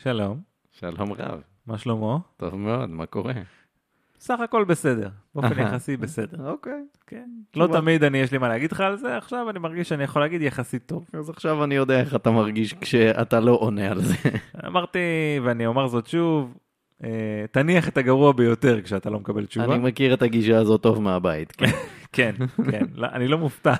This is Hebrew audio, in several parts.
שלום, שלום רב. מה שלמה? טוב מאוד, מה קורה? סך הכל בסדר, באופן יחסי בסדר. אוקיי. כן. לא תשובה. תמיד יש לי מה להגיד לך על זה, עכשיו אני מרגיש שאני יכול להגיד יחסית טוב. אז עכשיו אני יודע איך אתה מרגיש כשאתה לא עונה על זה. אמרתי, ואני אומר זאת שוב, תניח את הגרוע ביותר כשאתה לא מקבל תשובה. אני מכיר את הגישה הזאת טוב מהבית. כן. כן, כן, לא, אני לא מופתע.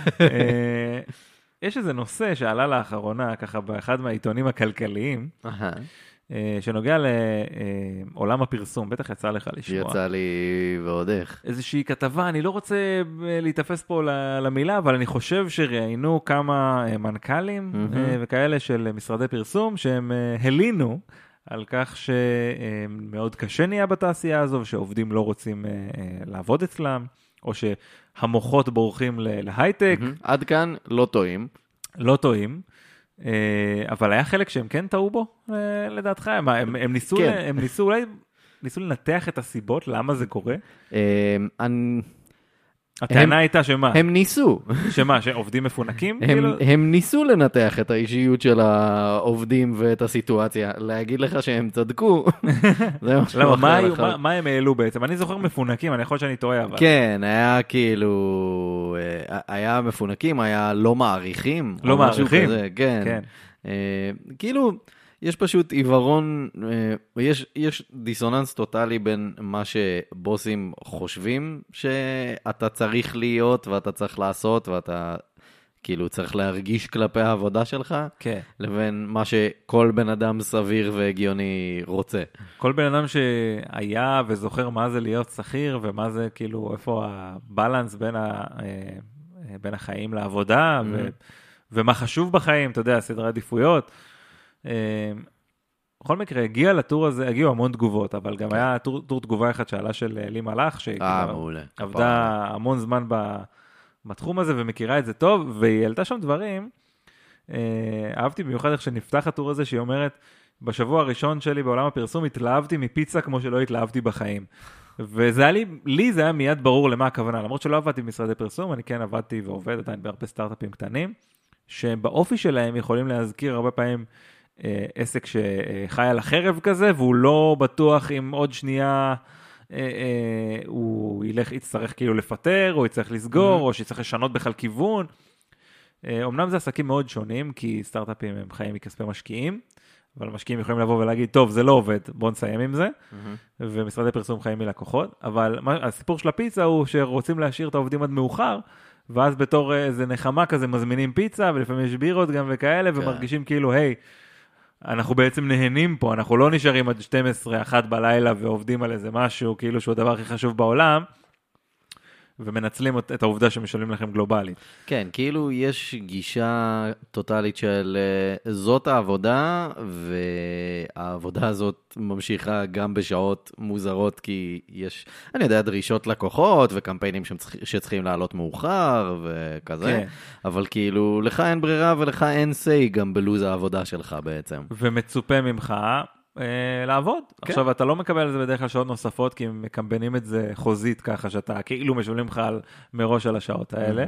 יש איזה נושא שעלה לאחרונה, ככה באחד מהעיתונים הכלכליים, שנוגע לעולם הפרסום, בטח יצא לך לשמוע. יצא לי ועוד איך. איזושהי כתבה, אני לא רוצה להתאפס פה למילה, אבל אני חושב שראיינו כמה מנכ"לים וכאלה של משרדי פרסום, שהם הלינו על כך שמאוד קשה נהיה בתעשייה הזו, ושעובדים לא רוצים לעבוד אצלם, או שהמוחות בורחים להייטק. עד כאן לא טועים. לא טועים. אבל היה חלק שהם כן טעו בו, לדעתך? הם ניסו אולי לנתח את הסיבות, למה זה קורה? הטענה הייתה שמה? הם ניסו. שמה, שעובדים מפונקים? הם ניסו לנתח את האישיות של העובדים ואת הסיטואציה. להגיד לך שהם צדקו. מה הם העלו בעצם? אני זוכר מפונקים, אני יכול שאני טועה, אבל... כן, היה כאילו... היה מפונקים, היה לא מעריכים. לא מעריכים? כן. כאילו... יש פשוט עיוורון, יש דיסוננס טוטלי בין מה שבוסים חושבים שאתה צריך להיות ואתה צריך לעשות ואתה כאילו צריך להרגיש כלפי העבודה שלך, כן. לבין מה שכל בן אדם סביר והגיוני רוצה. כל בן אדם שהיה וזוכר מה זה להיות שכיר ומה זה כאילו איפה הבלנס בין החיים לעבודה ומה חשוב בחיים, אתה יודע, סדרי עדיפויות. בכל מקרה, הגיע לטור הזה, הגיעו המון תגובות, אבל גם היה טור תגובה אחד שעלה של לי מלאך, שעבדה המון זמן בתחום הזה ומכירה את זה טוב, והיא העלתה שם דברים, אהבתי במיוחד איך שנפתח הטור הזה, שהיא אומרת, בשבוע הראשון שלי בעולם הפרסום, התלהבתי מפיצה כמו שלא התלהבתי בחיים. וזה היה לי זה היה מיד ברור למה הכוונה, למרות שלא עבדתי במשרדי פרסום, אני כן עבדתי ועובד עדיין בהרבה סטארט-אפים קטנים, שבאופי שלהם יכולים להזכיר הרבה פעמים עסק שחי על החרב כזה, והוא לא בטוח אם עוד שנייה הוא יצטרך כאילו לפטר, או יצטרך לסגור, או שיצטרך לשנות בכלל כיוון. אמנם זה עסקים מאוד שונים, כי סטארט-אפים הם חיים מכספי משקיעים, אבל המשקיעים יכולים לבוא ולהגיד, טוב, זה לא עובד, בוא נסיים עם זה, ומשרדי פרסום חיים מלקוחות, אבל הסיפור של הפיצה הוא שרוצים להשאיר את העובדים עד מאוחר, ואז בתור איזה נחמה כזה מזמינים פיצה, ולפעמים יש בירות גם וכאלה, ומרגישים כאילו, היי, אנחנו בעצם נהנים פה, אנחנו לא נשארים עד 12, 1 בלילה, ועובדים על איזה משהו, כאילו שהוא הדבר הכי חשוב בעולם, ומנצלים את העובדה שמשלמים לכם גלובלית. כן, כאילו יש גישה טוטלית של זאת העבודה, והעבודה הזאת ממשיכה גם בשעות מוזרות, כי יש, אני יודע, דרישות לקוחות, וקמפיינים שצריכים לעלות מאוחר, וכזה, כן. אבל כאילו, לך אין ברירה, ולך אין say גם בלוז העבודה שלך בעצם. ומצופה ממך, לעבוד. כן. עכשיו, אתה לא מקבל על זה בדרך כלל שעות נוספות, כי הם מקמבנים את זה חוזית ככה, שאתה כאילו משלמים לך מראש על השעות האלה.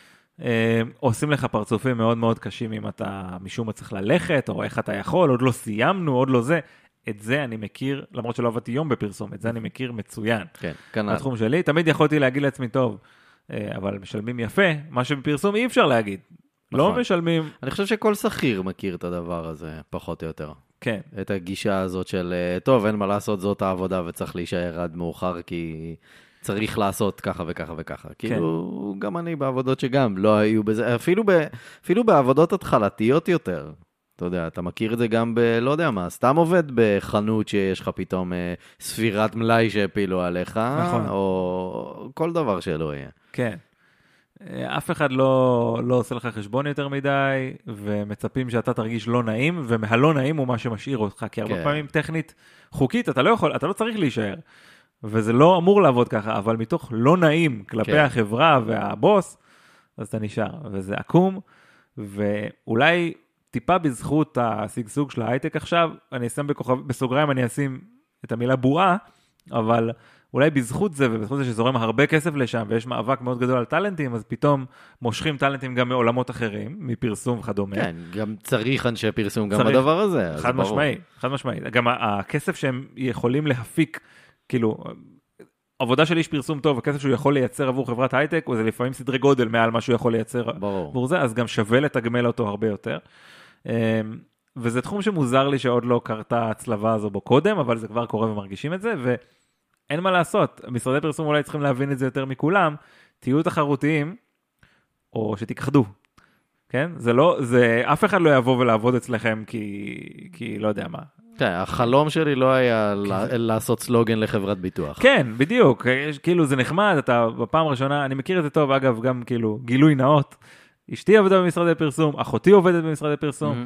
עושים לך פרצופים מאוד מאוד קשים, אם אתה משום מה צריך ללכת, או איך אתה יכול, עוד לא סיימנו, עוד לא זה. את זה אני מכיר, למרות שלא עבדתי יום בפרסום, את זה אני מכיר מצוין. כן, כנראה. בתחום שלי, תמיד יכולתי להגיד לעצמי, טוב, אבל משלמים יפה, מה שבפרסום אי אפשר להגיד. נכון. לא משלמים. אני חושב שכל שכיר מכיר את הדבר הזה, פחות או יותר. כן. את הגישה הזאת של, טוב, אין מה לעשות, זאת העבודה וצריך להישאר עד מאוחר, כי צריך לעשות ככה וככה וככה. כן. כאילו, גם אני בעבודות שגם לא היו בזה, אפילו בעבודות התחלתיות יותר. אתה יודע, אתה מכיר את זה גם לא יודע מה, סתם עובד בחנות שיש לך פתאום ספירת מלאי שהפילו עליך, נכון. או כל דבר שלא יהיה. כן. אף אחד לא עושה לך חשבון יותר מדי, ומצפים שאתה תרגיש לא נעים, והלא נעים הוא מה שמשאיר אותך, כי הרבה פעמים טכנית חוקית, אתה לא צריך להישאר, וזה לא אמור לעבוד ככה, אבל מתוך לא נעים כלפי החברה והבוס, אז אתה נשאר, וזה עקום, ואולי טיפה בזכות הסגסוג של ההייטק עכשיו, אני אשים בסוגריים, אני אשים את המילה בועה, אבל אולי בזכות זה, ובזכות זה שזורם הרבה כסף לשם, ויש מאבק מאוד גדול על טלנטים, אז פתאום מושכים טלנטים גם מעולמות אחרים, מפרסום וכדומה. כן, גם צריך אנשי פרסום גם בדבר הזה. חד משמעי, חד משמעי. גם הכסף שהם יכולים להפיק, כאילו, עבודה של איש פרסום טוב, הכסף שהוא יכול לייצר עבור חברת הייטק, זה לפעמים סדרי גודל מעל מה שהוא יכול לייצר עבור זה, אז גם שווה לתגמל אותו הרבה יותר. וזה תחום שמוזר לי שעוד לא קרתה הצלבה הזו בו קודם, אבל זה כבר קורה ומרגישים את זה, ואין מה לעשות. משרדי פרסום אולי צריכים להבין את זה יותר מכולם, תהיו תחרותיים, או שתיכחדו. כן? אף אחד לא יבוא ולעבוד אצלכם, כי לא יודע מה. כן, החלום שלי לא היה לעשות סלוגן לחברת ביטוח. כן, בדיוק. כאילו זה נחמד, אתה בפעם הראשונה, אני מכיר את זה טוב, אגב, גם כאילו גילוי נאות. אשתי עבדה במשרדי פרסום, אחותי עובדת במשרדי פרסום.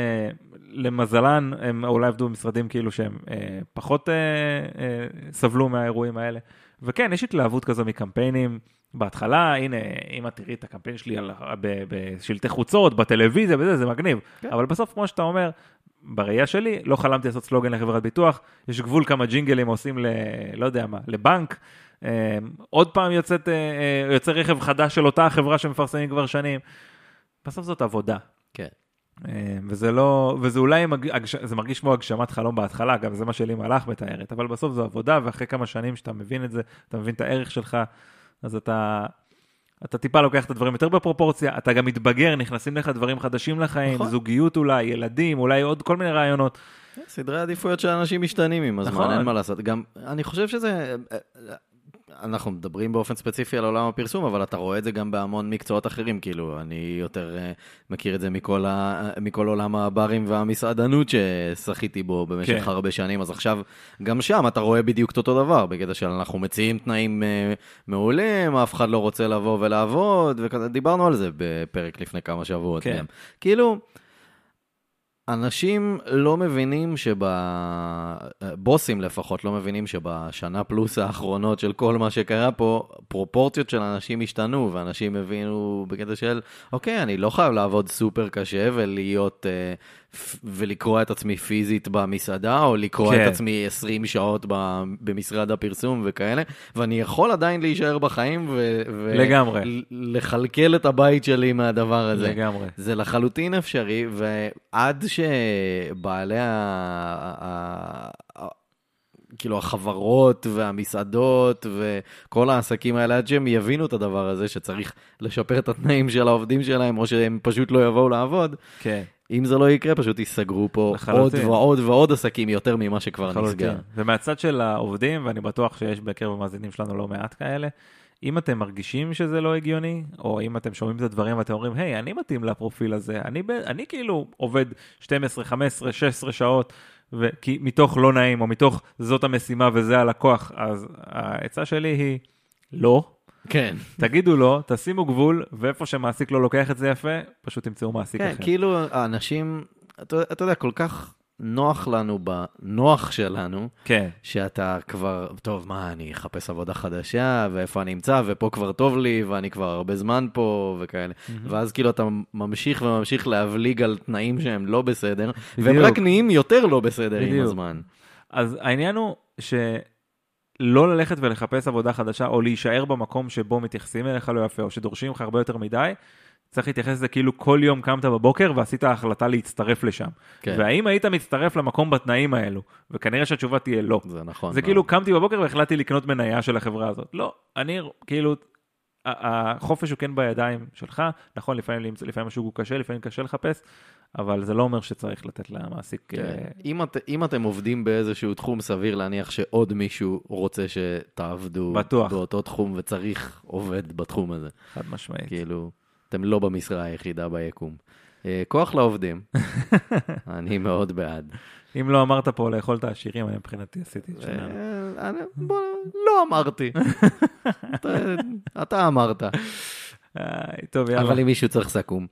למזלן, הם אולי עבדו במשרדים כאילו שהם פחות סבלו מהאירועים האלה. וכן, יש התלהבות כזו מקמפיינים. בהתחלה, הנה, אם את תראי את הקמפיין שלי בשלטי חוצות, בטלוויזיה, וזה, זה מגניב. אבל בסוף, כמו שאתה אומר, בראייה שלי, לא חלמתי לעשות סלוגן לחברת ביטוח, יש גבול כמה ג'ינגלים עושים לא יודע מה, לבנק, עוד פעם יוצא רכב חדש של אותה חברה שמפרסמים כבר שנים, בסוף זאת עבודה. כן. וזה אולי, זה מרגיש כמו הגשמת חלום בהתחלה, גם זה מה שלי מלאך מתארת, אבל בסוף זו עבודה, ואחרי כמה שנים שאתה מבין את זה, אתה מבין את הערך שלך, אז אתה טיפה לוקח את הדברים יותר בפרופורציה, אתה גם מתבגר, נכנסים לך דברים חדשים לחיים, נכון. זוגיות אולי, ילדים, אולי עוד כל מיני רעיונות. סדרי עדיפויות שאנשים משתנים עם הזמן, נכון. אין מה לעשות. גם, אני חושב שזה, אנחנו מדברים באופן ספציפי על עולם הפרסום, אבל אתה רואה את זה גם בהמון מקצועות אחרים, כאילו, אני יותר מכיר את זה מכל עולם הברים והמסעדנות ששחיתי בו במשך הרבה שנים, אז עכשיו גם שם אתה רואה בדיוק את אותו דבר, בקטע שאנחנו מציעים תנאים מעולים, אף אחד לא רוצה לבוא ולעבוד, ודיברנו על זה בפרק לפני כמה שבועות. כן. כאילו, אנשים לא מבינים בוסים לפחות לא מבינים שבשנה פלוס האחרונות של כל מה שקרה פה, פרופורציות של אנשים השתנו, ואנשים הבינו בקטע של, אוקיי, אני לא חייב לעבוד סופר קשה ולקרוא את עצמי פיזית במסעדה, או לקרוא את עצמי 20 שעות במשרד הפרסום וכאלה, ואני יכול עדיין להישאר בחיים ולחלקל את הבית שלי מהדבר הזה. לגמרי. זה לחלוטין אפשרי, ועד שבעלי כאילו החברות והמסעדות וכל העסקים האלה, עד שהם יבינו את הדבר הזה, שצריך לשפר את התנאים של העובדים שלהם, או שהם פשוט לא יבואו לעבוד. כן. אם זה לא יקרה, פשוט ייסגרו פה עוד ועוד ועוד עסקים יותר ממה שכבר נסגר. ומהצד של העובדים, ואני בטוח שיש בקרב המאזינים שלנו לא מעט כאלה, אם אתם מרגישים שזה לא הגיוני, או אם אתם שומעים את הדברים ואתם אומרים, היי, אני מתאים לפרופיל הזה, אני כאילו עובד 12, 15, 16 שעות, מתוך לא נעים, או מתוך זאת המשימה וזה הלקוח, אז העצה שלי היא לא. כן. תגידו לא, תשימו גבול, ואיפה שמעסיק לא לוקח את זה יפה, פשוט תמצאו מעסיק אחר. כן, כאילו האנשים, אתה יודע, כל כך נוח לנו בנוח שלנו, כן. שאתה כבר, טוב, מה, אני אחפש עבודה חדשה, ואיפה אני אמצא, ופה כבר טוב לי, ואני כבר הרבה זמן פה, וכאלה. ואז כאילו אתה ממשיך וממשיך להבליג על תנאים שהם לא בסדר, והם רק נהיים יותר לא בסדר עם הזמן. אז העניין הוא שלא ללכת ולחפש עבודה חדשה, או להישאר במקום שבו מתייחסים אליך לא יפה, או שדורשים לך הרבה יותר מדי, צריך להתייחס לזה כאילו כל יום קמת בבוקר ועשית החלטה להצטרף לשם. כן. והאם היית מצטרף למקום בתנאים האלו? וכנראה שהתשובה תהיה לא. זה נכון. זה כאילו קמתי בבוקר והחלטתי לקנות מניה של החברה הזאת. לא, אני כאילו, החופש הוא כן בידיים שלך, נכון, לפעמים משהו הוא קשה, לפעמים קשה לחפש, אבל זה לא אומר שצריך לתת למעסיק. כן. אם אתם עובדים באיזשהו תחום סביר, להניח שעוד מישהו רוצה שתעבדו באותו תחום, וצריך עובד בתחום הזה. חד משמעית. כאילו, אתם לא במשרה היחידה ביקום. כוח לעובדים. אני מאוד בעד. אם לא אמרת פה לאכול את העשירים, אני מבחינתי עשיתי את שלנו. לא אמרתי. אתה אמרת. טוב, יאללה. אבל אם מישהו צריך סכום.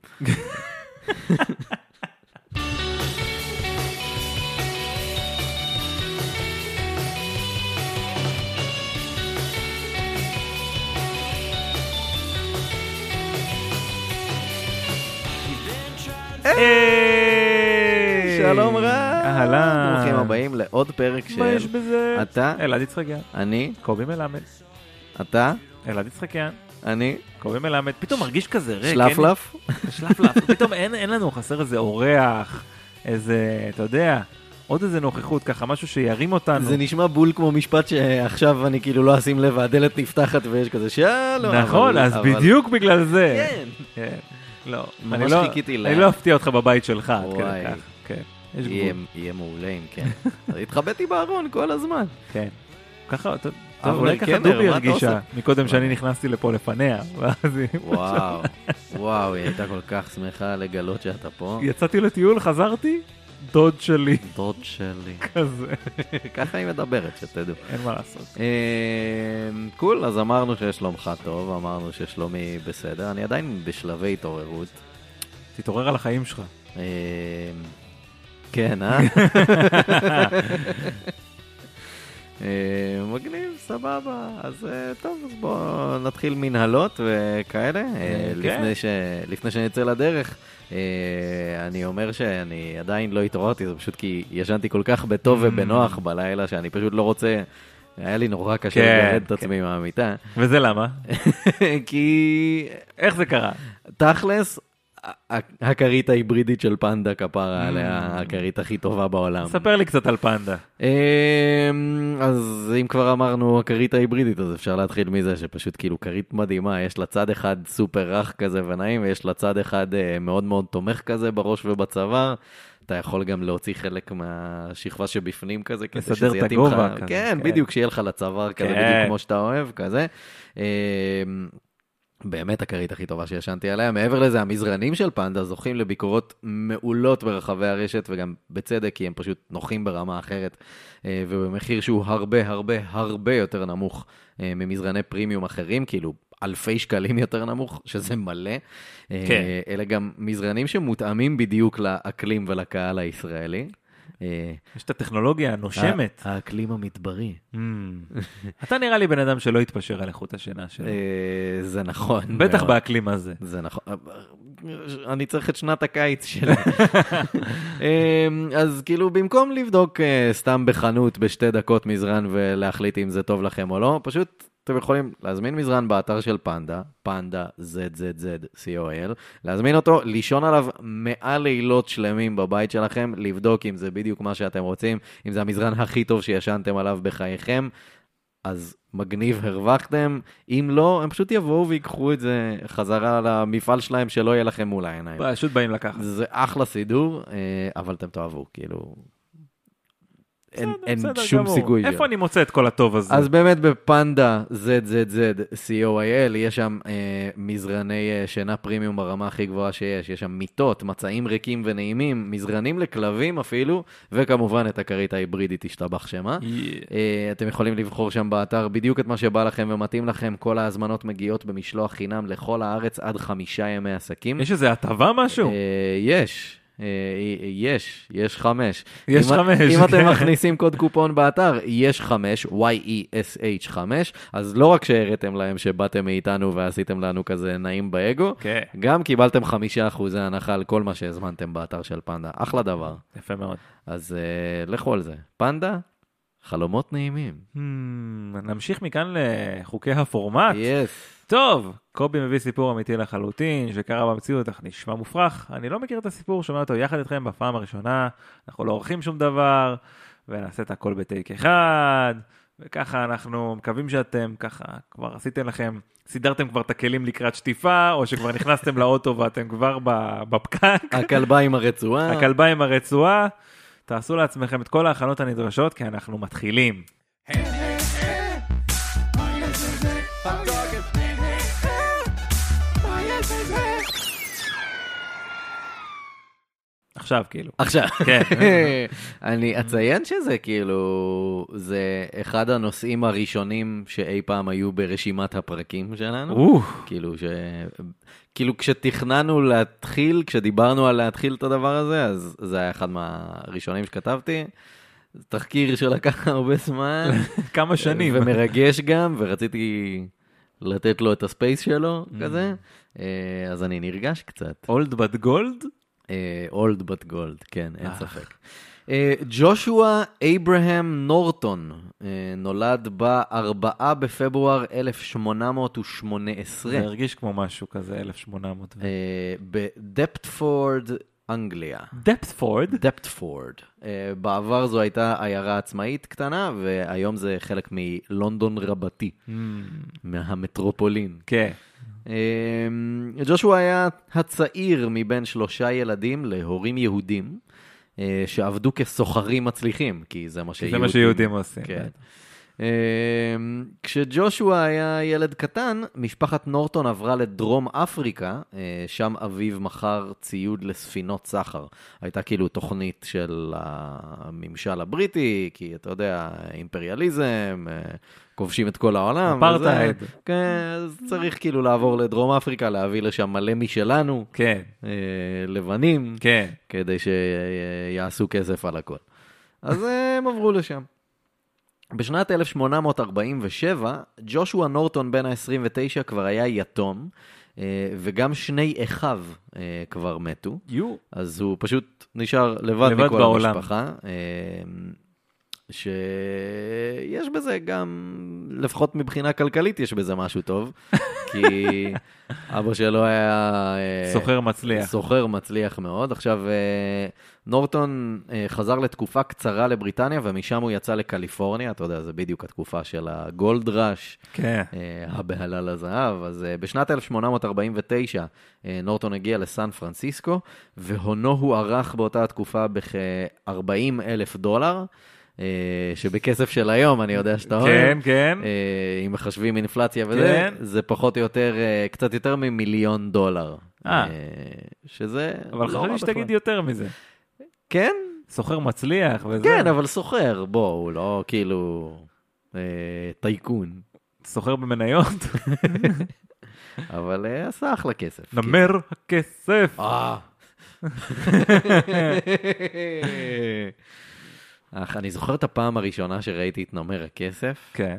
שלום רב. אהלן. ברוכים הבאים לעוד פרק של... מה יש בזה? אתה, אלעד יצחקיאן. אני, קובי מלמד. אתה, אלעד יצחקיאן. אני, קובי מלמד. פתאום מרגיש כזה ריק. שלפלף. שלפלף. פתאום אין לנו, חסר איזה אורח, איזה, אתה יודע, עוד איזה נוכחות ככה, משהו שירים אותנו. זה נשמע בול כמו משפט שעכשיו אני כאילו לא אשים לב, והדלת נפתחת ויש כזה שלום. נכון, אז בדיוק בגלל זה. כן. לא, ממש חיכיתי אני לא אפתיע אותך בבית שלך, עד כדי וואי. כך. כן, יש גבול. יהיה מעולה אם כן. התחבאתי בארון כל הזמן. כן. ככה, טוב, אבל אולי ככה כן, דובי מה אתה הרגישה, עושה? מקודם שאני נכנסתי לפה לפניה, ואז היא... וואו, היא הייתה כל כך שמחה לגלות שאתה פה. יצאתי לטיול, חזרתי, דוד שלי, דוד שלי. כזה, ככה היא מדברת, שתדעו. אין מה לעשות. קול, אז אמרנו ששלומך טוב, אמרנו ששלומי בסדר, אני עדיין בשלבי התעוררות. תתעורר על החיים שלך. כן, מגניב, סבבה. אז טוב, אז בואו נתחיל מנהלות וכאלה. לפני שנצא לדרך, אני אומר שאני עדיין לא התעוררתי, זה פשוט כי ישנתי כל כך בטוב ובנוח בלילה, שאני פשוט לא רוצה... היה לי נורא קשה לגרד את עצמי מהמיטה. וזה למה? כי... איך זה קרה? תכלס, הכרית ההיברידית של פנדה כפרה עליה, הכרית הכי טובה בעולם. ספר לי קצת על פנדה. אז אם כבר אמרנו הכרית ההיברידית, אז אפשר להתחיל מזה שפשוט כאילו כרית מדהימה, יש לה צד אחד סופר רך כזה ונעים, ויש לה צד אחד מאוד מאוד תומך כזה בראש ובצוואר. אתה יכול גם להוציא חלק מהשכבה שבפנים כזה, לסדר את הגובה כזה. כן, בדיוק, שיהיה לך לצוואר כזה, בדיוק כמו שאתה אוהב, כזה. באמת הכרית הכי טובה שישנתי עליה. מעבר לזה, המזרנים של פנדה זוכים לביקורות מעולות ברחבי הרשת, וגם בצדק, כי הם פשוט נוחים ברמה אחרת, ובמחיר שהוא הרבה הרבה הרבה יותר נמוך ממזרני פרימיום אחרים, כאילו אלפי שקלים יותר נמוך, שזה מלא. כן. אלה גם מזרנים שמותאמים בדיוק לאקלים ולקהל הישראלי. יש את הטכנולוגיה הנושמת. האקלים המדברי. אתה נראה לי בן אדם שלא יתפשר על איכות השינה שלו. זה נכון. בטח באקלים הזה. זה נכון. אני צריך את שנת הקיץ שלי. אז כאילו במקום לבדוק סתם בחנות בשתי דקות מזרן ולהחליט אם זה טוב לכם או לא, פשוט אתם יכולים להזמין מזרן באתר של פנדה, פנדה ZZZ.COIL, להזמין אותו, לישון עליו 100 לילות שלמים בבית שלכם, לבדוק אם זה בדיוק מה שאתם רוצים, אם זה המזרן הכי טוב שישנתם עליו בחייכם, אז מגניב, הרווחתם. אם לא, הם פשוט יבואו ויקחו את זה חזרה למפעל שלהם, שלא יהיה לכם מול העיניים. פשוט באים לקחת. זה אחלה סידור, אבל אתם תאהבו, כאילו... אין שום סיכוי. איפה אני מוצא את כל הטוב הזה? אז באמת בפנדה ZZZ.COIL יש שם מזרני שינה פרימיום ברמה הכי גבוהה שיש. יש שם מיטות, מצעים ריקים ונעימים, מזרנים לכלבים אפילו, וכמובן את הכרית ההיברידית השתבח שמה. אתם יכולים לבחור שם באתר בדיוק את מה שבא לכם ומתאים לכם. כל ההזמנות מגיעות במשלוח חינם לכל הארץ עד 5 ימי עסקים. יש איזה הטבה משהו? יש 5. יש 5. אם אתם מכניסים קוד קופון באתר, יש 5, YESH 5, אז לא רק שהראיתם להם שבאתם מאיתנו ועשיתם לנו כזה נעים באגו, גם קיבלתם 5% הנחה על כל מה שהזמנתם באתר של פנדה. אחלה דבר. יפה מאוד. אז לכו על זה. פנדה, חלומות נעימים. נמשיך מכאן לחוקי הפורמט. טוב, קובי מביא סיפור אמיתי לחלוטין, שקרה במציאות, אך נשמע מופרך. אני לא מכיר את הסיפור, שומע אותו יחד איתכם בפעם הראשונה, אנחנו לא עורכים שום דבר, ונעשה את הכל בטייק אחד, וככה אנחנו מקווים שאתם ככה כבר עשיתם לכם, סידרתם כבר את הכלים לקראת שטיפה, או שכבר נכנסתם לאוטו ואתם כבר בפקק. הכלבה עם הרצועה. הכלבה עם הרצועה. תעשו לעצמכם את כל ההכנות הנדרשות, כי אנחנו מתחילים. עכשיו כאילו. עכשיו. כן. אני אציין שזה כאילו, זה אחד הנושאים הראשונים שאי פעם היו ברשימת הפרקים שלנו. כאילו כשתכננו להתחיל, כשדיברנו על להתחיל את הדבר הזה, אז זה היה אחד מהראשונים שכתבתי. תחקיר שלקח הרבה זמן. כמה שנים. ומרגש גם, ורציתי לתת לו את הספייס שלו, כזה. אז אני נרגש קצת. Old but gold? Old but gold, כן, אין ספק. ג'ושוע אברהם נורטון נולד ב-4 בפברואר 1818. זה הרגיש כמו משהו כזה, 1800. בדפטפורד, אנגליה. דפטפורד? דפטפורד. בעבר זו הייתה עיירה עצמאית קטנה, והיום זה חלק מלונדון רבתי, מהמטרופולין. כן. ג'ושוע היה הצעיר מבין 3 ילדים להורים יהודים, שעבדו כסוחרים מצליחים, כי זה מה שיהודים. זה מה שיהודים עושים. כן. כשג'ושוע היה ילד קטן, משפחת נורטון עברה לדרום אפריקה, שם אביו מכר ציוד לספינות סחר. הייתה כאילו תוכנית של הממשל הבריטי, כי אתה יודע, אימפריאליזם, כובשים את כל העולם. אפרטהייד. כן, אז צריך כאילו לעבור לדרום אפריקה, להביא לשם מלא משלנו. כן. לבנים. כן. כדי שיעשו כסף על הכל. אז הם עברו לשם. בשנת 1847, ג'ושוע נורטון בן ה-29 כבר היה יתום, וגם 2 אחיו כבר מתו. אז הוא פשוט נשאר לבד מכל בעולם. המשפחה. שיש בזה גם, לפחות מבחינה כלכלית יש בזה משהו טוב, כי אבא שלו היה סוחר מצליח מאוד. עכשיו, נורטון חזר לתקופה קצרה לבריטניה, ומשם הוא יצא לקליפורניה, אתה יודע, זה בדיוק התקופה של הגולד ראש, הבהלה לזהב. אז בשנת 1849 נורטון הגיע לסן פרנסיסקו, והונו הוא ערך באותה התקופה $40,000, שבכסף של היום, אני יודע שאתה אוהב. כן, כן. אם מחשבים אינפלציה וזה, זה פחות או יותר, קצת יותר $1,000,000. שזה אבל חשבתי שתגיד יותר מזה. כן? סוחר מצליח וזה. כן, אבל סוחר, בוא, הוא לא כאילו טייקון. סוחר במניות. אבל עשה אחלה כסף. נמר הכסף. אני זוכר את הפעם הראשונה שראיתי את נמר הכסף. כן.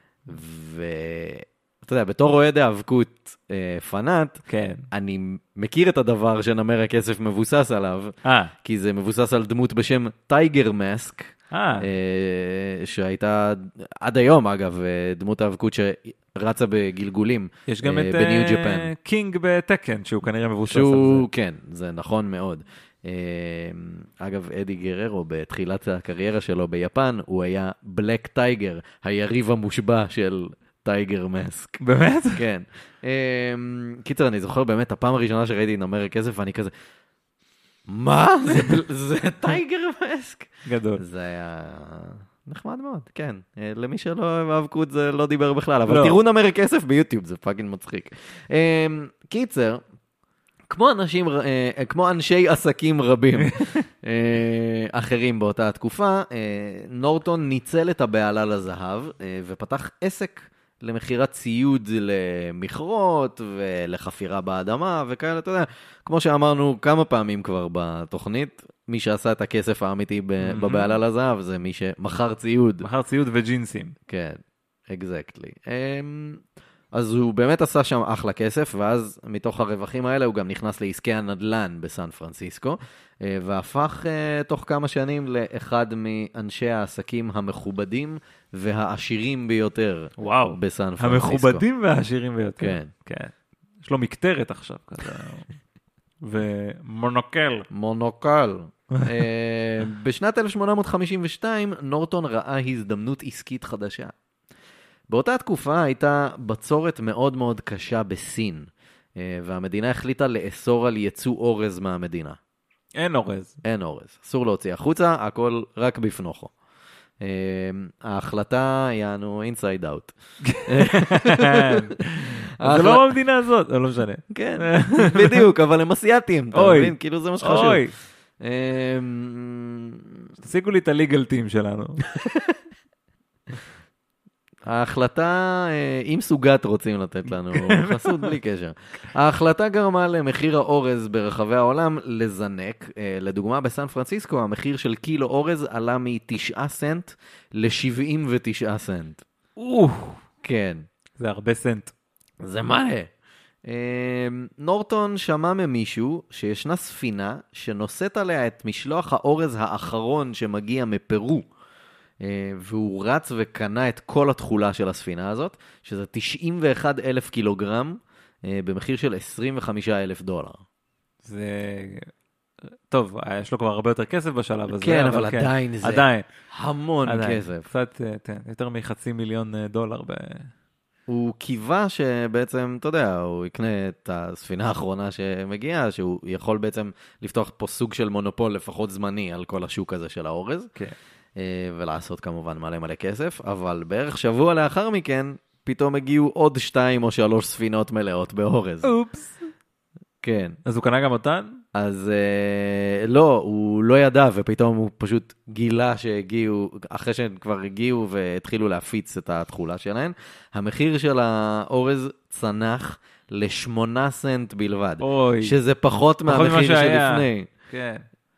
ואתה יודע, בתור אוהד האבקות פנאט, כן. אני מכיר את הדבר שנמר הכסף מבוסס עליו, כי זה מבוסס על דמות בשם טייגר מסק, שהייתה עד היום, אגב, דמות האבקות שרצה בגלגולים בניו ג'פן. יש גם את קינג בטקן, שהוא כנראה מבוסס על זה. כן, זה נכון מאוד. אגב, אדי גררו בתחילת הקריירה שלו ביפן, הוא היה בלק טייגר, היריב המושבע של טייגר מסק. באמת? כן. קיצר, אני זוכר באמת, הפעם הראשונה שראיתי נמר הכסף, ואני כזה, מה? זה טייגר מסק? גדול. זה היה נחמד מאוד, כן. למי שלא אוהב האבקות זה לא דיבר בכלל, אבל תראו נמר הכסף ביוטיוב, זה פאקינג מצחיק. קיצר, כמו אנשי עסקים רבים אחרים באותה תקופה, נורטון ניצל את הבעלה לזהב ופתח עסק למחירת ציוד למכרות ולחפירה באדמה וכאלה, אתה יודע, כמו שאמרנו כמה פעמים כבר בתוכנית, מי שעשה את הכסף האמיתי בבעלה לזהב זה מי שמכר ציוד. מכר ציוד וג'ינסים. כן, exactly. אז הוא באמת עשה שם אחלה כסף, ואז מתוך הרווחים האלה הוא גם נכנס לעסקי הנדלן בסן פרנסיסקו, והפך תוך כמה שנים לאחד מאנשי העסקים המכובדים והעשירים ביותר בסן פרנסיסקו. המכובדים והעשירים ביותר. כן. כן. יש לו מקטרת עכשיו כזה. ומונוקל. מונוקל. בשנת 1852 נורטון ראה הזדמנות עסקית חדשה. באותה תקופה הייתה בצורת מאוד מאוד קשה בסין, והמדינה החליטה לאסור על ייצוא אורז מהמדינה. אין אורז. אין אורז. אסור להוציא החוצה, הכל רק בפנוכו. ההחלטה יענו inside out. זה לא במדינה הזאת, זה לא משנה. כן, בדיוק, אבל הם אסיאטים, אתה מבין? כאילו זה מה שחשוב. אוי. תשיגו לי את הליגל טים שלנו. ההחלטה, אם סוגת רוצים לתת לנו חסות בלי קשר. ההחלטה גרמה למחיר האורז ברחבי העולם לזנק. לדוגמה, בסן פרנסיסקו, המחיר של קילו אורז עלה מ9 סנט ל79 סנט. כן. כן. זה הרבה סנט. זה מלא. נורטון שמע ממישהו שישנה ספינה שנושאת עליה את משלוח האורז האחרון שמגיע מפרו, והוא רץ וקנה את כל התכולה של הספינה הזאת, שזה 91,000 קילוגרם, במחיר של $25,000. זה... טוב, יש לו כבר הרבה יותר כסף בשלב הזה. כן, אבל עדיין זה המון כסף. קצת יותר $500,000. הוא קיווה שבעצם, אתה יודע, הוא יקנה את הספינה האחרונה שמגיעה, שהוא יכול בעצם לפתוח פה סוג של מונופול לפחות זמני על כל השוק הזה של האורז, ולעשות כמובן מלא מלא כסף, אבל בערך שבוע לאחר מכן, פתאום הגיעו עוד 2 או 3 ספינות מלאות באורז. אופס. כן. אז הוא קנה גם אותן? אז לא, הוא לא ידע, ופתאום הוא פשוט גילה שהגיעו, אחרי שהם כבר הגיעו והתחילו להפיץ את התכולה שלהם, המחיר של האורז צנח ל8 סנט בלבד. אוי. שזה פחות מהמחיר שלפני. כן.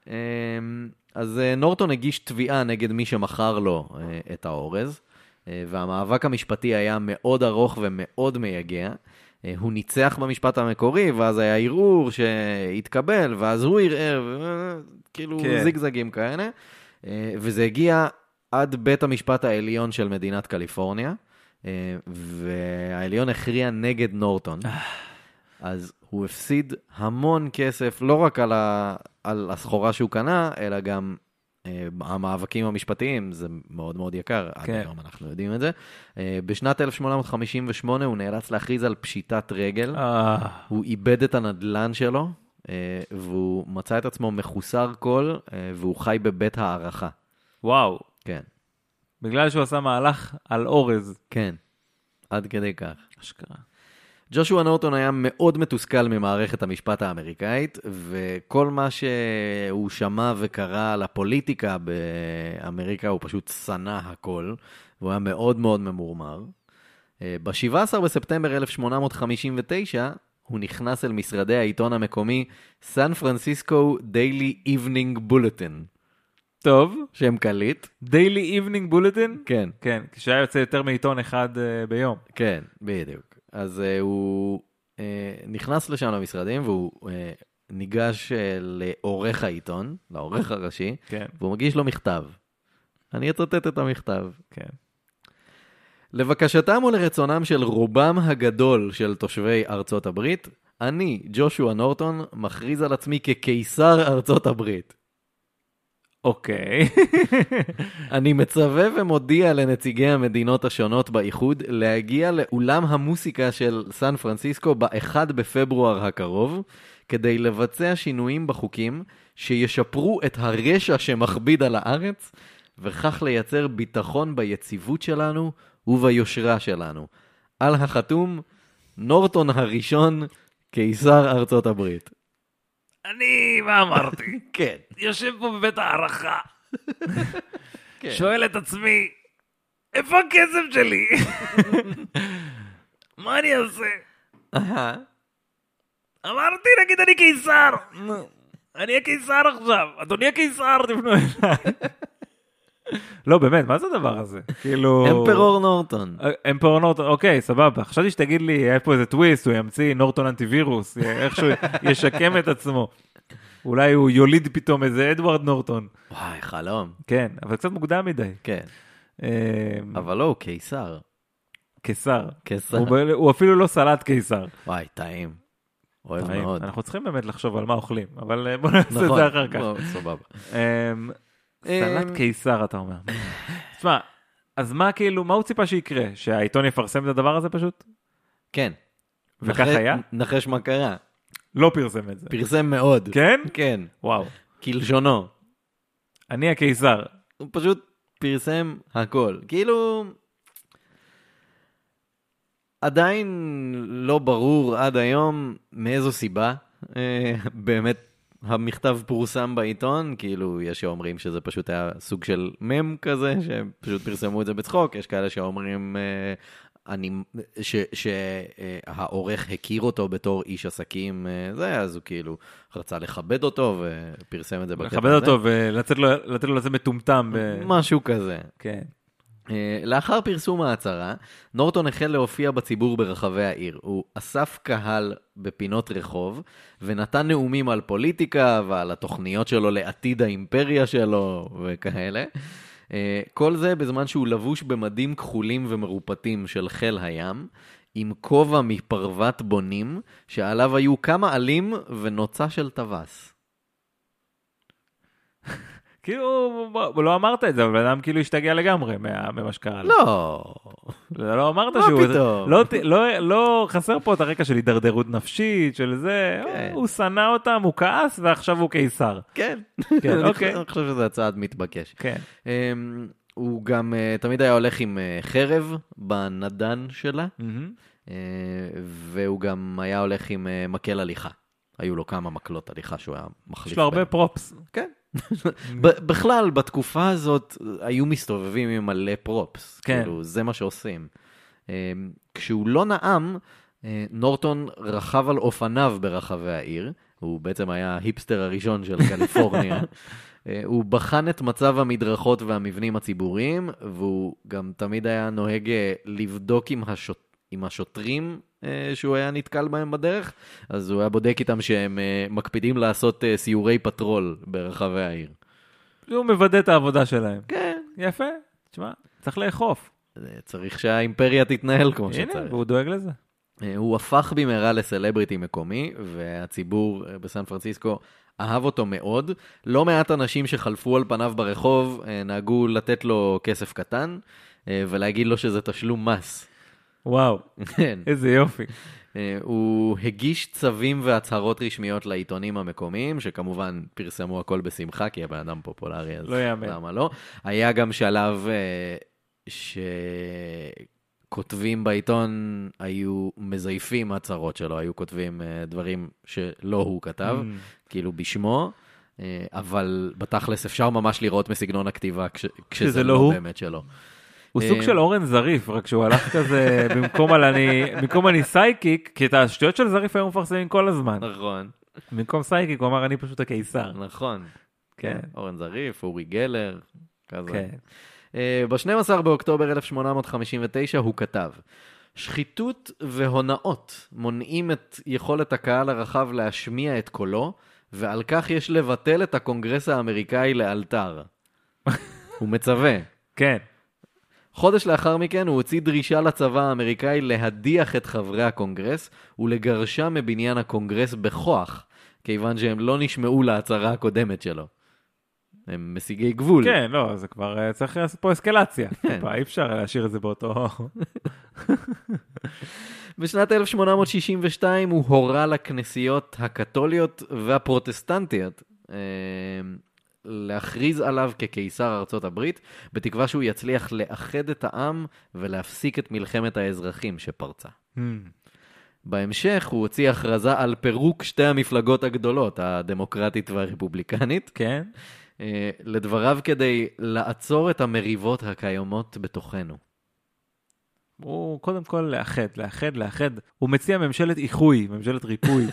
אז נורטון הגיש תביעה נגד מי שמכר לו את האורז, והמאבק המשפטי היה מאוד ארוך ומאוד מייגע. הוא ניצח במשפט המקורי, ואז היה ערעור שהתקבל, ואז הוא ערער, כאילו זיגזגים כאלה. וזה הגיע עד בית המשפט העליון של מדינת קליפורניה, והעליון הכריע נגד נורטון. אז הוא הפסיד המון כסף, לא רק על הסחורה שהוא קנה, אלא גם המאבקים המשפטיים, זה מאוד מאוד יקר, עד היום אנחנו יודעים את זה. בשנת 1858 הוא נאלץ להכריז על פשיטת רגל, הוא איבד את הנדלן שלו, והוא מצא את עצמו מחוסר כל, והוא חי בבית הערכה. וואו. כן. בגלל שהוא עשה מהלך על אורז. כן, עד כדי כך. אשכרה. ג'ושוע נורטון היה מאוד מתוסכל ממערכת המשפט האמריקאית, וכל מה שהוא שמע וקרא על הפוליטיקה באמריקה, הוא פשוט שנא הכל, והוא היה מאוד מאוד ממורמר. ב-17 בספטמבר 1859, הוא נכנס אל משרדי העיתון המקומי, סן פרנסיסקו דיילי איבנינג בולטין. טוב. שם קליט. דיילי איבנינג בולטין? כן. כן, כשהיה יוצא יותר מעיתון אחד ביום. כן, בדיוק. אז הוא נכנס לשם למשרדים, והוא ניגש לעורך העיתון, לעורך הראשי, כן. והוא מגיש לו מכתב. אני אצטט את המכתב. כן. לבקשתם ולרצונם של רובם הגדול של תושבי ארצות הברית, אני, ג'ושוע נורטון, מכריז על עצמי כקיסר ארצות הברית. אוקיי. אני מצווה ומודיע לנציגי המדינות השונות באיחוד להגיע לאולם המוסיקה של סן פרנסיסקו ב-1 בפברואר הקרוב, כדי לבצע שינויים בחוקים שישפרו את הרשע שמכביד על הארץ, וכך לייצר ביטחון ביציבות שלנו וביושרה שלנו. על החתום, נורטון הראשון, קיסר ארצות הברית. מה אמרתי? כן. יושב פה בבית הערכה. שואל את עצמי, איפה הכסף שלי? מה אני אעשה? אמרתי, נגיד אני קיסר. אני הקיסר עכשיו. אדוני הקיסר, תפנו אליי. לא, באמת, מה זה הדבר הזה? כאילו... אמפרור נורטון. אמפרור נורטון, אוקיי, סבבה. חשבתי שתגיד לי, היה פה איזה טוויסט, הוא ימציא נורטון אנטיווירוס, איכשהו ישקם את עצמו. אולי הוא יוליד פתאום איזה אדוארד נורטון. וואי, חלום. כן, אבל קצת מוקדם מדי. כן. אבל לא, הוא קיסר. קיסר. קיסר. הוא אפילו לא סלט קיסר. וואי, טעים. אוהב מאוד. אנחנו צריכים באמת לחשוב על מה אוכלים, אבל בוא נעשה את זה אחר כך. סבבה. סלט קיסר, אתה אומר. תשמע, אז מה כאילו, מה הוא ציפה שיקרה? שהעיתון יפרסם את הדבר הזה פשוט? כן. וכך היה? נחש מה קרה. לא פרסם את זה. פרסם מאוד. כן? כן. וואו. כלשונו. אני הקיסר. הוא פשוט פרסם הכל. כאילו... עדיין לא ברור עד היום מאיזו סיבה. באמת המכתב פורסם בעיתון, כאילו יש שאומרים שזה פשוט היה סוג של מם כזה, שפשוט פרסמו את זה בצחוק, יש כאלה שאומרים שהעורך הכיר אותו בתור איש עסקים, אז הוא כאילו רצה לכבד אותו ופרסם את זה בקטע הזה. לכבד אותו ולתת לו לזה מטומטם. משהו כזה. כן. לאחר פרסום ההצהרה, נורטון החל להופיע בציבור ברחבי העיר. הוא אסף קהל בפינות רחוב, ונתן נאומים על פוליטיקה ועל התוכניות שלו לעתיד האימפריה שלו וכאלה. כל זה בזמן שהוא לבוש במדים כחולים ומרופטים של חיל הים, עם כובע מפרוות בונים, שעליו היו כמה עלים ונוצה של טווס. כאילו, לא אמרת את זה, אבל אדם כאילו השתגע לגמרי ממה שקרה. לא אמרת שהוא... לא חסר פה את הרקע של הידרדרות נפשית, של זה, הוא שנא אותם, הוא כעס, ועכשיו הוא קיסר. כן. אוקיי. אני חושב שזה הצעד מתבקש. כן. הוא גם תמיד היה הולך עם חרב בנדן שלה, והוא גם היה הולך עם מקל הליכה. היו לו כמה מקלות הליכה שהוא היה מחליף. יש לו הרבה פרופס. כן. בכלל, בתקופה הזאת היו מסתובבים עם מלא פרופס. כאילו, זה מה שעושים. כשהוא לא נעם, נורטון רכב על אופניו ברחבי העיר. הוא בעצם היה ההיפסטר הראשון של קליפורניה. הוא בחן את מצב המדרכות והמבנים הציבוריים, והוא גם תמיד היה נוהג לבדוק עם השוטרים שהוא היה נתקל בהם בדרך, אז הוא היה בודק איתם שהם מקפידים לעשות סיורי פטרול ברחבי העיר. הוא מוודא את העבודה שלהם. כן. יפה. תשמע, צריך לאכוף. צריך שהאימפריה תתנהל כמו שצריך. הנה, והוא דואג לזה. הוא הפך במהרה לסלבריטי מקומי, והציבור בסן פרנסיסקו אהב אותו מאוד. לא מעט אנשים שחלפו על פניו ברחוב נהגו לתת לו כסף קטן, ולהגיד לו שזה תשלום מס. וואו, איזה יופי. הוא הגיש צווים והצהרות רשמיות לעיתונים המקומיים, שכמובן פרסמו הכל בשמחה, כי הבן אדם פופולרי, אז לא יאמן. למה לא? היה גם שלב שכותבים בעיתון היו מזייפים הצהרות שלו, היו כותבים דברים שלא הוא כתב, כאילו בשמו, אבל בתכלס אפשר ממש לראות מסגנון הכתיבה כשזה לא באמת שלו. הוא סוג של אורן זריף, רק שהוא הלך כזה במקום אני סייקיק, כי את השטויות של זריף היום מפרסמים כל הזמן. נכון. במקום סייקיק הוא אמר אני פשוט הקיסר. נכון. כן. אורן זריף, אורי גלר, כזה. כן. ב-12 באוקטובר 1859 הוא כתב, שחיתות והונאות מונעים את יכולת הקהל הרחב להשמיע את קולו, ועל כך יש לבטל את הקונגרס האמריקאי לאלתר. הוא מצווה. כן. חודש לאחר מכן הוא הוציא דרישה לצבא האמריקאי להדיח את חברי הקונגרס ולגרשם מבניין הקונגרס בכוח, כיוון שהם לא נשמעו להצהרה הקודמת שלו. הם משיגי גבול. כן, לא, זה כבר צריך לעשות פה אסקלציה. אי אפשר להשאיר את זה באותו... בשנת 1862 הוא הורה לכנסיות הקתוליות והפרוטסטנטיות להכריז עליו כקיסר ארצות הברית, בתקווה שהוא יצליח לאחד את העם ולהפסיק את מלחמת האזרחים שפרצה. בהמשך הוא הוציא הכרזה על פירוק שתי המפלגות הגדולות, הדמוקרטית והרפובליקנית. כן. לדבריו כדי לעצור את המריבות הקיימות בתוכנו. הוא קודם כל לאחד. הוא מציע ממשלת איחוי, ממשלת ריפוי.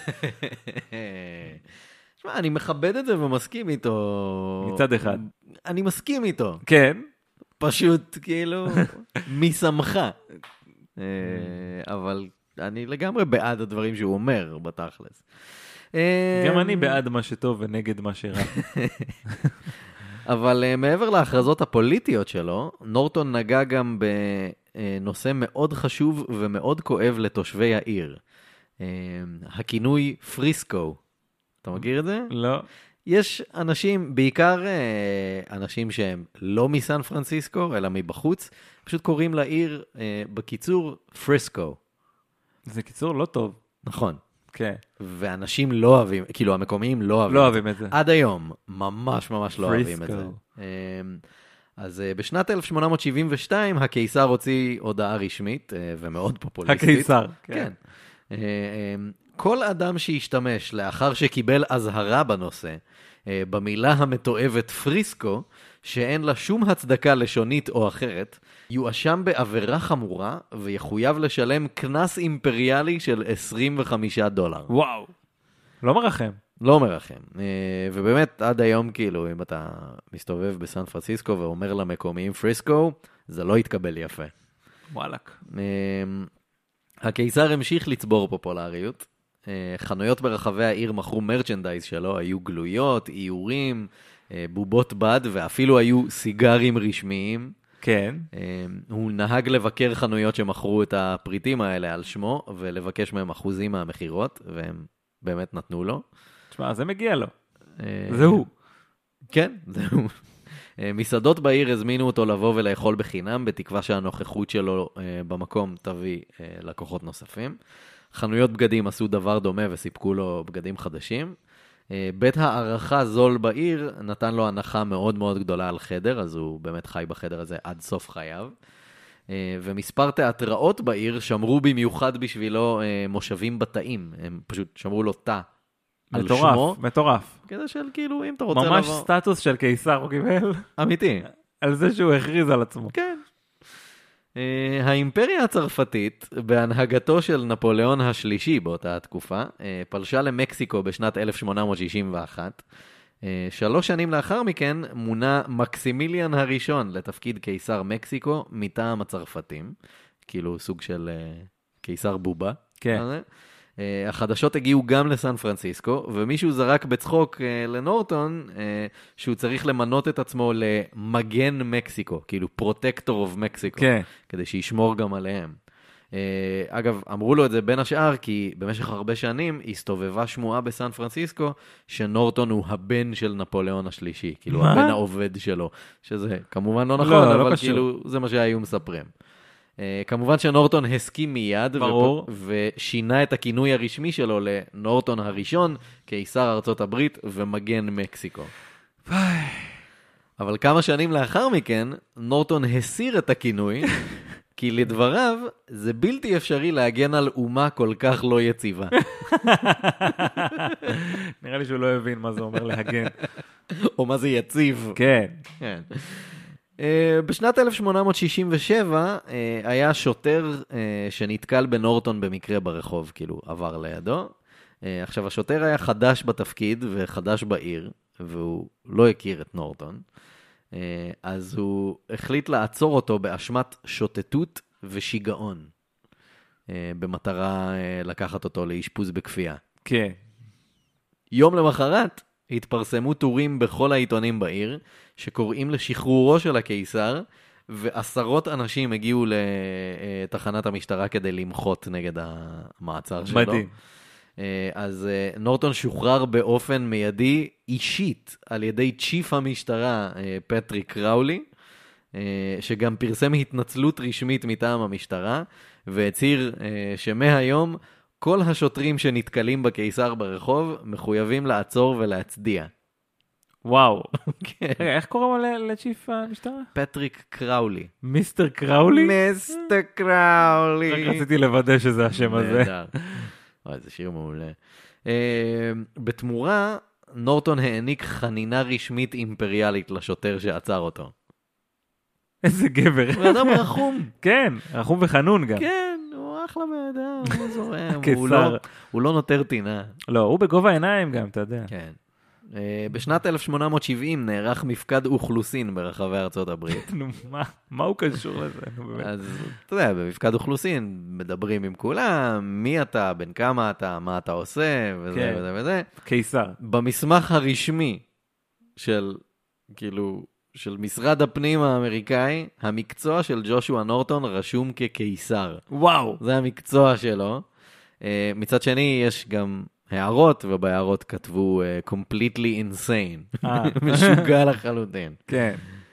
תשמע, אני מכבד את זה ומסכים איתו. מצד אחד. אני מסכים איתו. כן. פשוט כאילו משמח. אבל אני לגמרי בעד הדברים שהוא אומר בתכלס. גם אני בעד מה שטוב ונגד מה שרע. אבל מעבר להכרזות הפוליטיות שלו, נורטון נגע גם בנושא מאוד חשוב ומאוד כואב לתושבי העיר. הכינוי פריסקו. אתה מכיר את זה? לא. יש אנשים, בעיקר אנשים שהם לא מסן פרנסיסקו, אלא מבחוץ, פשוט קוראים לעיר בקיצור פריסקו. זה קיצור לא טוב. נכון. כן. ואנשים לא אוהבים, כאילו המקומיים לא אוהבים, לא אוהבים את זה. עד היום, ממש ממש לא אוהבים את זה. אז בשנת 1872 הקיסר הוציא הודעה רשמית ומאוד פופוליסטית. הקיסר. כן. כל אדם שהשתמש לאחר שקיבל אזהרה בנושא, במילה המתואבת פריסקו, שאין לה שום הצדקה לשונית או אחרת, יואשם בעבירה חמורה ויחויב לשלם קנס אימפריאלי של $25. וואו. לא מרחם. לא מרחם. ובאמת עד היום כאילו אם אתה מסתובב בסן פרנסיסקו ואומר למקומיים פריסקו, זה לא התקבל יפה. וואלק. הקיסר המשיך לצבור פופולריות. חנויות ברחבי העיר מכרו מרצ'נדייז שלו, היו גלויות, איורים, בובות בד, ואפילו היו סיגרים רשמיים. כן. הוא נהג לבקר חנויות שמכרו את הפריטים האלה על שמו, ולבקש מהם אחוזים מהמחירות, והם באמת נתנו לו. תשמע, זה מגיע לו. זהו. כן, זהו. מסעדות בעיר הזמינו אותו לבוא ולאכול בחינם, בתקווה שהנוכחות שלו במקום תביא לקוחות נוספים. חנויות בגדים עשו דבר דומה וסיפקו לו בגדים חדשים. בית הערכה זול בעיר נתן לו הנחה מאוד מאוד גדולה על חדר, אז הוא באמת חי בחדר הזה עד סוף חייו. ומספר תיאטראות בעיר שמרו במיוחד בשבילו מושבים בתאים, הם פשוט שמרו לו תא על שמו. מטורף, מטורף. כדי של כאילו, אם אתה רוצה ממש סטטוס של קיסר הוא קיבל. אמיתי. על זה שהוא הכריז על עצמו. כן. האימפריה הצרפתית, בהנהגתו של נפוליאון השלישי באותה התקופה, פלשה למקסיקו בשנת 1861. 3 שנים לאחר מכן מונה מקסימיליאן הראשון לתפקיד קיסר מקסיקו מטעם הצרפתים. כאילו סוג של קיסר בובה. כן. החדשות הגיעו גם לסן פרנסיסקו, ומישהו זרק בצחוק לנורטון, שהוא צריך למנות את עצמו למגן מקסיקו, כאילו פרוטקטור אוף מקסיקו, כן. כדי שישמור גם עליהם. אגב, אמרו לו את זה בין השאר, כי במשך הרבה שנים הסתובבה שמועה בסן פרנסיסקו, שנורטון הוא הבן של נפוליאון השלישי, כאילו הבן העובד שלו, שזה כמובן לא נכון, אבל כאילו זה מה שהיו מספרים. כמובן שנורטון הסכים מיד, ושינה את הכינוי הרשמי שלו לנורטון הראשון, קיסר ארצות הברית ומגן מקסיקו. אבל כמה שנים לאחר מכן, נורטון הסיר את הכינוי, כי לדבריו זה בלתי אפשרי להגן על אומה כל כך לא יציבה. נראה לי שהוא לא הבין מה זה אומר להגן. או מה זה יציב. כן. כן. בשנת 1867 היה שוטר שנתקל בנורטון במקרה ברחוב, כאילו עבר לידו. עכשיו השוטר היה חדש בתפקיד וחדש בעיר, והוא לא הכיר את נורטון. אז הוא החליט לעצור אותו באשמת שוטטות ושיגעון, במטרה לקחת אותו לאשפוז בכפייה. כן. יום למחרת התפרסמו טורים בכל העיתונים בעיר, שקוראים לשחרורו של הקיסר, ועשרות אנשים הגיעו לתחנת המשטרה כדי למחות נגד המעצר שלו. מדהים. אז נורטון שוחרר באופן מיידי אישית על ידי צ'יף המשטרה פטריק קראולי, שגם פרסם התנצלות רשמית מטעם המשטרה, והצהיר שמהיום כל השוטרים שנתקלים בקיסר ברחוב מחויבים לעצור ולהצדיע. וואו. איך קוראים לצ'יף המשטרה? פטריק קראולי. מיסטר קראולי? מיסטר קראולי. רק רציתי לוודא שזה השם הזה. אוי, זה שיר מעולה. בתמורה, נורטון העניק חנינה רשמית אימפריאלית לשוטר שעצר אותו. איזה גבר. הוא אדם רחום. כן, רחום וחנון גם. כן, הוא אחלה מאדם, הוא זורם. קיסר. הוא לא נותר טינה. לא, הוא בגובה העיניים גם, אתה יודע. כן. בשנת 1870 נערך מפקד אוכלוסין ברחבי ארצות הברית. נו, מה הוא קשור לזה? אז אתה יודע, במפקד אוכלוסין מדברים עם כולם, מי אתה, בין כמה אתה, מה אתה עושה, וזה וזה וזה. קיסר. במסמך הרשמי של, כאילו, של משרד הפנים האמריקאי, המקצוע של ג'ושוע נורטון רשום כקיסר. וואו. זה המקצוע שלו. מצד שני, יש גם הערות, ובהערות כתבו completely insane. משוגע לחלוטין. כן.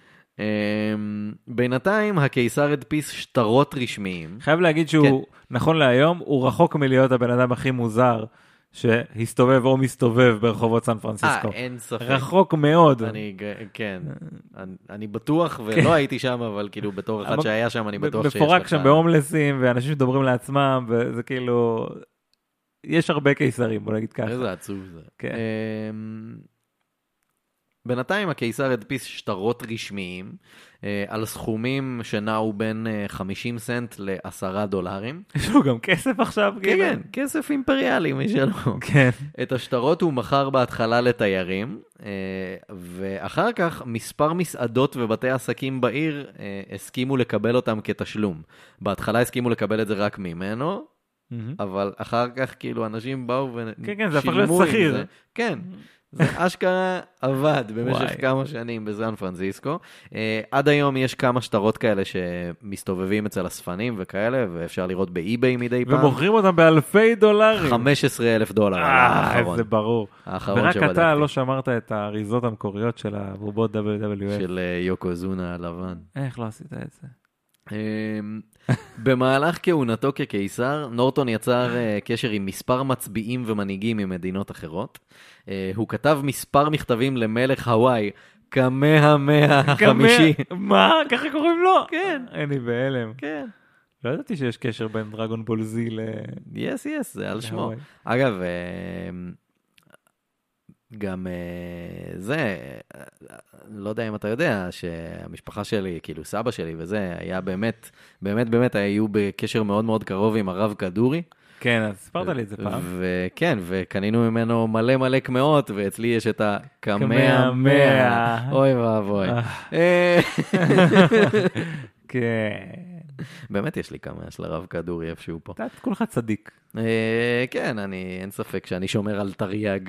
בינתיים, הקיסר הדפיס שטרות רשמיים. חייב להגיד שהוא, נכון להיום, הוא רחוק מלהיות הבן אדם הכי מוזר שהסתובב או מסתובב ברחובות סן פרנסיסקו. אין ספק. רחוק מאוד. כן. אני בטוח, ולא הייתי שם, אבל כאילו בתור אחד שהיה שם, אני בטוח שיש לך. מפורק שם בהומלסים, ואנשים שדוברים לעצמם, וזה כאילו, יש הרבה קיסרים, בוא נגיד ככה. איזה עצוב זה. כן. בינתיים הקיסר הדפיס שטרות רשמיים על סכומים שנעו בין 50 סנט ל$10. יש לו גם כסף עכשיו? כן, כסף אימפריאלי משלו. כן. את השטרות הוא מכר בהתחלה לתיירים, ואחר כך מספר מסעדות ובתי עסקים בעיר הסכימו לקבל אותם כתשלום. בהתחלה הסכימו לקבל את זה רק ממנו, אבל אחר כך כאילו אנשים באו ושילמו. כן, זה הפך להיות שכיר. כן. זה אשכרה עבד במשך כמה שנים בסן פרנסיסקו. עד היום יש כמה שטרות כאלה שמסתובבים אצל הספנים וכאלה, ואפשר לראות באי-ביי מדי פעם. ומוכרים אותם באלפי דולרים. $15,000 האחרון. זה ברור. האחרון שבדקתי. ורק אתה לא שמרת את האריזות המקוריות של הבובות WWF. של יוקוזונה הלבן. איך לא עשית את זה? במהלך כהונתו כקיסר, נורטון יצר קשר עם מספר מצביעים ומנהיגים ממדינות אחרות. הוא כתב מספר מכתבים למלך הוואי, קמהמאה החמישי. מה? ככה קוראים לו? כן. אני בהלם. כן. לא ידעתי שיש קשר בין דרגון בול זי ל... יס, זה על שמו. אגב, גם זה, לא יודע אם אתה יודע, שהמשפחה שלי, כאילו סבא שלי וזה, היה באמת היו בקשר מאוד מאוד קרוב עם הרב כדורי. כן, אז ספרת לי את זה פעם. וכן, וקנינו ממנו מלא קמאות, ואצלי יש את הקמאה. אוי ואבוי. כן. באמת יש לי קמאה של הרב כדורי איפשהו פה. אתה כולך צדיק. כן, אין ספק שאני שומר על תרי"ג.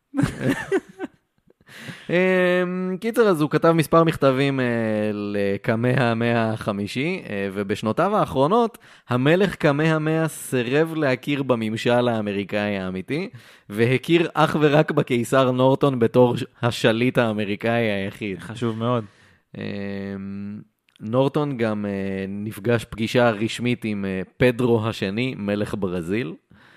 קיצר, אז הוא כתב מספר מכתבים לקמהמאה החמישי, ובשנותיו האחרונות המלך קמהמאה סירב להכיר בממשל האמריקאי האמיתי, והכיר אך ורק בקיסר נורטון בתור השליט האמריקאי היחיד. חשוב מאוד. נורטון גם נפגש פגישה רשמית עם פדרו השני, מלך ברזיל.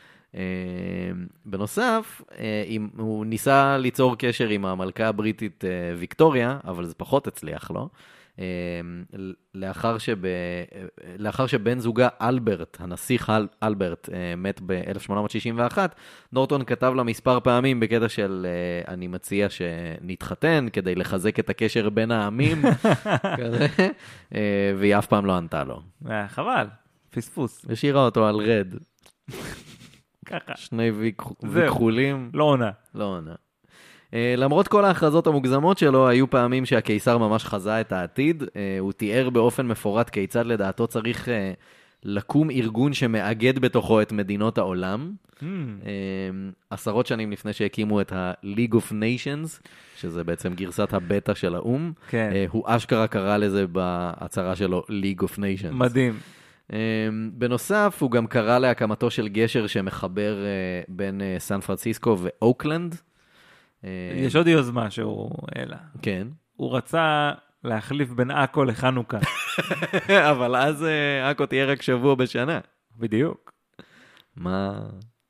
בנוסף, הוא ניסה ליצור קשר עם המלכה הבריטית ויקטוריה, אבל זה פחות הצליח לו. לאחר שבן זוגה אלברט, הנסיך אלברט, מת ב-1861, נורטון כתב לה מספר פעמים בקטע של אני מציע שנתחתן כדי לחזק את הקשר בין העמים, כזה, והיא אף פעם לא ענתה לו. חבל, פספוס. השאירה אותו על רד. ככה. שני ויכחולים. לא עונה. לא עונה. למרות כל ההכרזות המוגזמות שלו, היו פעמים שהקיסר ממש חזה את העתיד. הוא תיאר באופן מפורט כיצד לדעתו צריך לקום ארגון שמאגד בתוכו את מדינות העולם. עשרות שנים לפני שהקימו את ה-League of Nations, שזה בעצם גרסת הבטא של האום. הוא אשכרה קרא לזה בהצהרה שלו League of Nations. מדהים. בנוסף, הוא גם קרא להקמתו של גשר שמחבר בין סן פרנסיסקו ואוקלנד. יש עוד יוזמה שהוא העלה. כן. הוא רצה להחליף בין אקו לחנוכה. אבל אז אקו תהיה רק שבוע בשנה. בדיוק. מה?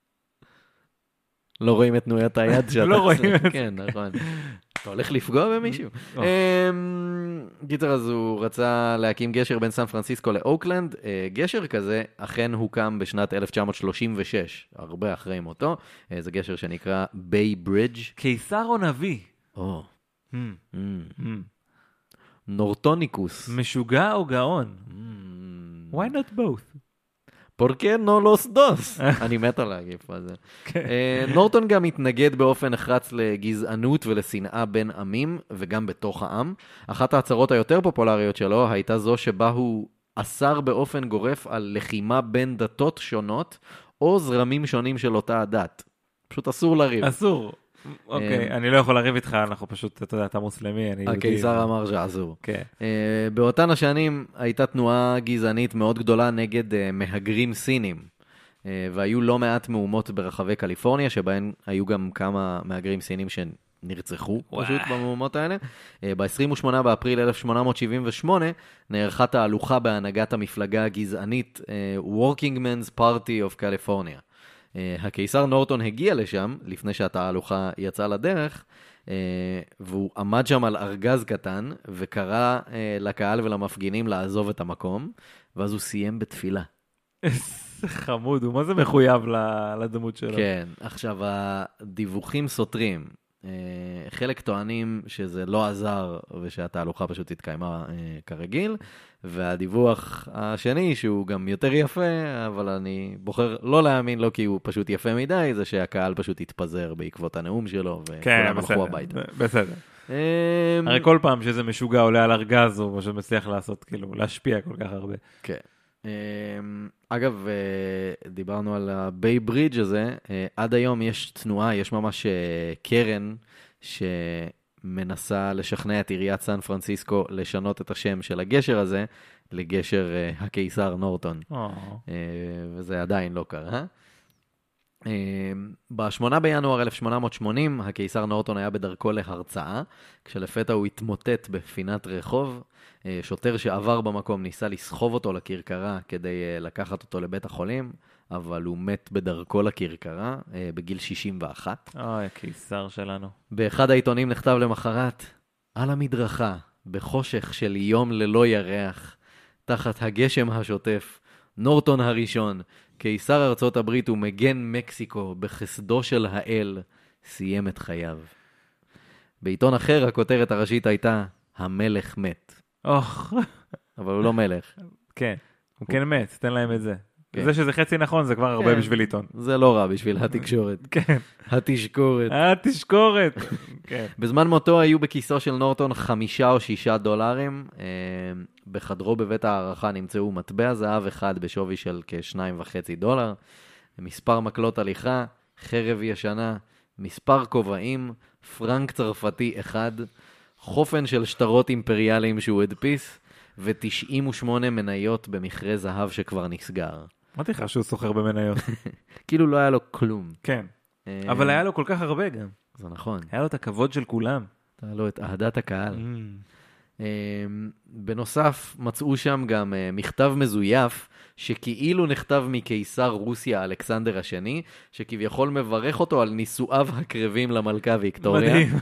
לא רואים את תנועת היד שאתה... לא רואים את זה. כן, נכון. אתה הולך לפגוע במישהו. גיטר, אז הוא רצה להקים גשר בין סן פרנסיסקו לאוקלנד. גשר כזה אכן הוקם בשנת 1936, הרבה אחרי מותו. זה גשר שנקרא ביי ברידג'. קיסר או נביא? נורטוניקוס. משוגע או גאון? Why not both? ¿Por qué no los dos? אני מת על להגיף על זה. נורטון גם התנגד באופן נחרץ לגזענות ולשנאה בין עמים, וגם בתוך העם. אחת ההצהרות היותר פופולריות שלו הייתה זו שבה הוא אסר באופן גורף על לחימה בין דתות שונות, או זרמים שונים של אותה הדת. פשוט אסור לריב. אסור. אוקיי, אני לא יכול לריב איתך, אנחנו פשוט, אתה יודע, אתה מוסלמי, אני יהודי. הקיסר אמר שאסור. כן. באותן השנים הייתה תנועה גזענית מאוד גדולה נגד מהגרים סינים, והיו לא מעט מהומות ברחבי קליפורניה, שבהן היו גם כמה מהגרים סינים שנרצחו פשוט במהומות האלה. ב-28 באפריל 1878 נערכה תהלוכה בהנהגת המפלגה הגזענית Working Men's Party of California. הקיסר נורטון הגיע לשם, לפני שהתהלוכה יצאה לדרך, והוא עמד שם על ארגז קטן, וקרא לקהל ולמפגינים לעזוב את המקום, ואז הוא סיים בתפילה. איזה חמוד, הוא מה זה מחויב לדמות שלו. כן, עכשיו הדיווחים סותרים. חלק טוענים שזה לא עזר ושהתהלוכה פשוט התקיימה כרגיל, והדיווח השני, שהוא גם יותר יפה, אבל אני בוחר לא להאמין לו כי הוא פשוט יפה מדי, זה שהקהל פשוט התפזר בעקבות הנאום שלו, וכולם הלכו הביתה. בסדר. הרי כל פעם שזה משוגע עולה על ארגז, הוא פשוט מצליח לעשות, כאילו, להשפיע כל כך הרבה. כן. אגב, דיברנו על הביי ברידג' הזה, עד היום יש תנועה, יש ממש קרן שמנסה לשכנע את עיריית סן פרנסיסקו לשנות את השם של הגשר הזה לגשר הקיסר נורטון. וזה עדיין לא קרה. ב-8 בינואר 1880 הקיסר נורטון היה בדרכו להרצאה, כשלפתע הוא התמוטט בפינת רחוב. שוטר שעבר במקום ניסה לסחוב אותו לכרכרה כדי לקחת אותו לבית החולים, אבל הוא מת בדרכו לכרכרה בגיל 61. אוי, הקיסר שלנו. באחד העיתונים נכתב למחרת, על המדרכה, בחושך של יום ללא ירח, תחת הגשם השוטף, נורטון הראשון, קיסר ארצות הברית ומגן מקסיקו בחסדו של האל, סיים את חייו. בעיתון אחר הכותרת הראשית הייתה, המלך מת. אבל הוא לא מלך. כן, הוא כן מת, תן להם את זה. זה שזה חצי נכון, זה כבר הרבה בשביל עיתון. זה לא רע בשביל התקשורת. כן. התשקורת. התשקורת. בזמן מותו היו בכיסו של נורטון 5 או 6 דולרים. בחדרו בבית הערכה נמצאו מטבע זהב אחד בשווי של כ$2.5, מספר מקלות הליכה, חרב ישנה, מספר כובעים, פרנק צרפתי אחד, חופן של שטרות אימפריאליים שהוא הדפיס, ו98 מניות במכרה זהב שכבר נסגר. אמרתי לך שהוא סוחר במניות. כאילו לא היה לו כלום. כן. אבל היה לו כל כך הרבה גם. זה נכון. היה לו את הכבוד של כולם. היה לו את אהדת הקהל. בנוסף, מצאו שם גם מכתב מזויף, שכאילו נכתב מקיסר רוסיה אלכסנדר השני, שכביכול מברך אותו על נישואיו הקרבים למלכה ויקטוריה. מדהים.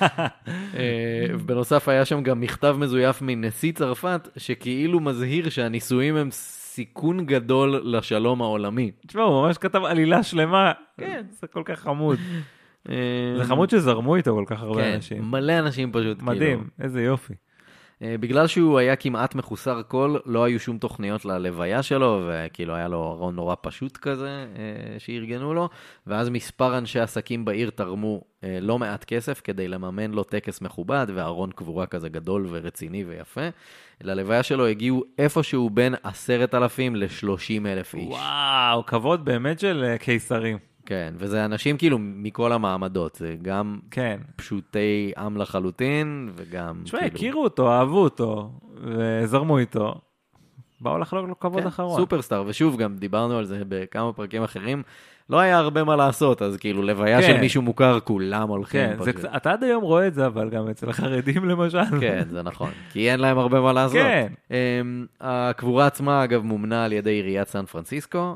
בנוסף, היה שם גם מכתב מזויף מנשיא צרפת, שכאילו מזהיר שהנישואים הם סיכון גדול לשלום העולמי. תשמע, הוא ממש כתב עלילה שלמה. כן. זה כל כך חמוד. זה חמוד שזרמו איתו כל כך הרבה אנשים. כן, מלא אנשים פשוט. מדהים, איזה יופי. בגלל שהוא היה כמעט מחוסר כל, לא היו שום תוכניות ללוויה שלו, וכאילו היה לו ארון נורא פשוט כזה שארגנו לו, ואז מספר אנשי עסקים בעיר תרמו לא מעט כסף כדי לממן לו טקס מכובד, וארון קבורה כזה גדול ורציני ויפה. ללוויה שלו הגיעו איפשהו בין 10,000 ל-30,000 איש. וואו, כבוד באמת של קיסרים. כן, וזה אנשים כאילו מכל המעמדות, זה גם כן. פשוטי עם לחלוטין, וגם תשמע, כאילו... הכירו אותו, אהבו אותו, וזרמו איתו, באו לחלוק לו כבוד אחרון. סופרסטאר, ושוב גם דיברנו על זה בכמה פרקים אחרים, לא היה הרבה מה לעשות, אז כאילו לוויה של מישהו מוכר, כולם הולכים. כן, אתה עד היום רואה את זה, אבל גם אצל החרדים למשל. כן, זה נכון, כי אין להם הרבה מה לעשות. כן. הקבורה עצמה, אגב, מומנה על ידי עיריית סן פרנסיסקו,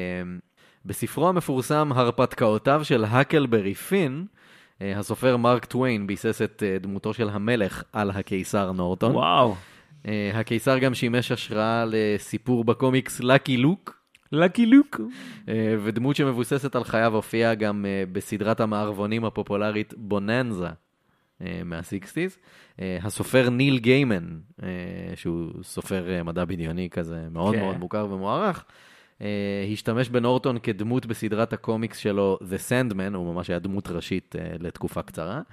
בספרו המפורסם הרפתקאותיו של הקלברי פין, הסופר מרק טוויין ביסס את דמותו של המלך על הקיסר נורטון. וואו. הקיסר גם שימש השראה לסיפור בקומיקס לקי לוק. לקי לוק. ודמות שמבוססת על חייו הופיעה גם בסדרת המערבונים הפופולרית בוננזה מה-60's. הסופר ניל גיימן, שהוא סופר מדע בדיוני כזה מאוד מאוד מוכר ומוערך, השתמש בנורטון כדמות בסדרת הקומיקס שלו, The Sandman, הוא ממש היה דמות ראשית לתקופה קצרה.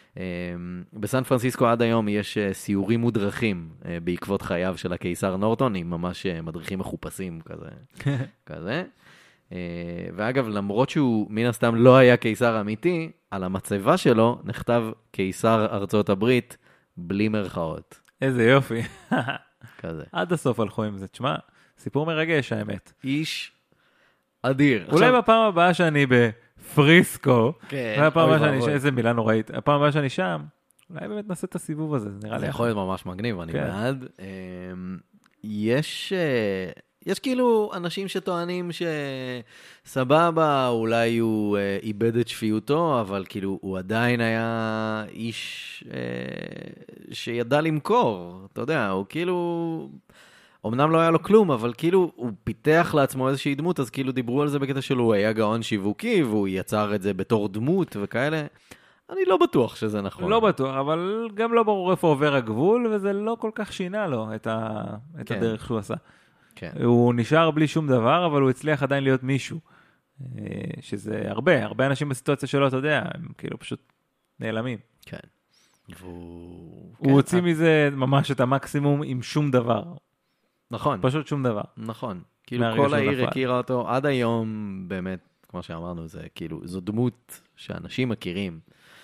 בסן פרנסיסקו עד היום יש סיורים מודרכים בעקבות חייו של הקיסר נורטון, עם ממש מדריכים מחופשים כזה. ואגב, למרות שהוא מן הסתם לא היה קיסר אמיתי, על המצבה שלו נכתב קיסר ארצות הברית, בלי מרכאות. איזה יופי. כזה. עד הסוף הלכו עם זה. תשמע, סיפור מרגש, האמת. איש אדיר. אולי בפעם הבאה שאני בפריסקו, כן, והפעם הבאה שאני, איזה מילה נוראית, הפעם הבאה שאני שם, אולי באמת נעשה את הסיבוב הזה, נראה לי. זה יכול להיות ממש מגניב, אני בעד. יש כאילו אנשים שטוענים שסבבה, אולי הוא איבד את שפיותו, אבל כאילו הוא עדיין היה איש שידע למכור, אתה יודע, הוא כאילו... אמנם לא היה לו כלום, אבל כאילו הוא פיתח לעצמו איזושהי דמות, אז כאילו דיברו על זה בקטע שלו, הוא היה גאון שיווקי, והוא יצר את זה בתור דמות וכאלה. אני לא בטוח שזה נכון. לא בטוח, אבל גם לא ברור איפה עובר הגבול, וזה לא כל כך שינה לו את הדרך שהוא עשה. כן. הוא נשאר בלי שום דבר, אבל הוא הצליח עדיין להיות מישהו. שזה הרבה אנשים בסיטואציה שלו, אתה יודע, הם כאילו פשוט נעלמים. כן. הוא הוציא מזה ממש את המקסימום עם שום דבר. נכון. פשוט שום דבר. נכון. כאילו כל העיר הכירה אותו, עד היום באמת, כמו שאמרנו, זה כאילו, זו דמות שאנשים מכירים.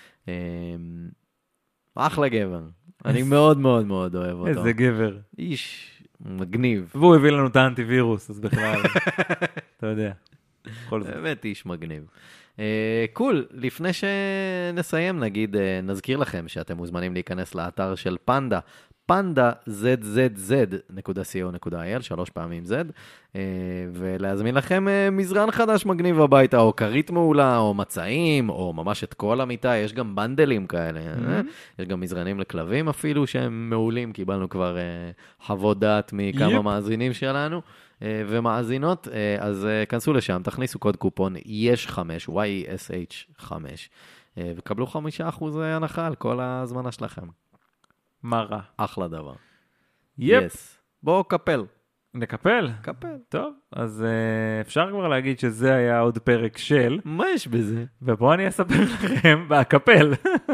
אחלה גבר. אני מאוד מאוד מאוד אוהב אותו. איזה גבר. איש מגניב. והוא הביא לנו את האנטיווירוס, אז בכלל, אתה יודע. באמת איש מגניב. קול, לפני שנסיים נגיד, נזכיר לכם שאתם מוזמנים להיכנס לאתר של פנדה, pandazz.co.il, 3 פעמים Z, ולהזמין לכם מזרן חדש מגניב הביתה, או כרית מעולה, או מצעים, או ממש את כל המיטה, יש גם בנדלים כאלה, יש גם מזרנים לכלבים אפילו שהם מעולים, קיבלנו כבר חוות דעת מכמה מאזינים שלנו, ומאזינות, אז כנסו לשם, תכניסו קוד קופון YESH5, YESH5, וקבלו 5% הנחה על כל הזמנה שלכם. מה רע? אחלה דבר. יפ. בואו קפל. נקפל? קפל. טוב, אז אפשר כבר להגיד שזה היה עוד פרק של... מה יש בזה? ובואו אני אספר לכם באקפל.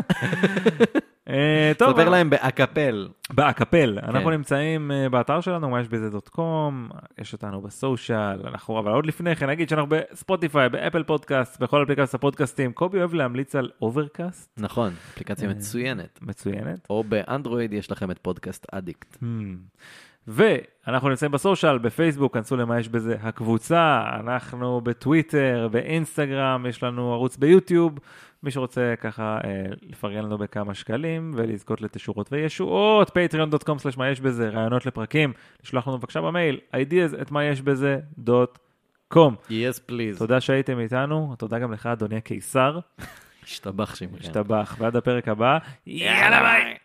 ספר להם באקפל. באקפל. אנחנו נמצאים באתר שלנו, מה יש בזה.com, יש אותנו בסושיאל, אבל עוד לפני כן נגיד שאנחנו בספוטיפיי, באפל פודקאסט, בכל אפליקציות הפודקאסטים. קובי אוהב להמליץ על אוברקאסט. נכון, אפליקציה מצוינת. מצוינת. או באנדרואיד יש לכם את פודקאסט אדיקט. ואנחנו נמצאים בסושיאל, בפייסבוק, כנסו למה יש בזה הקבוצה, אנחנו בטוויטר, באינסטגרם, יש לנו ערוץ ביוטיוב, מי שרוצה ככה לפרגן לנו בכמה שקלים ולזכות לתשורות וישועות, patreon.com/מה יש בזה, רעיונות לפרקים, לשלוח לנו בבקשה במייל, ideas@מה-יש-בזה.com. Yes, please. תודה שהייתם איתנו, תודה גם לך אדוני הקיסר. השתבח שמכם. השתבח, ועד הפרק הבא, יאללה ביי!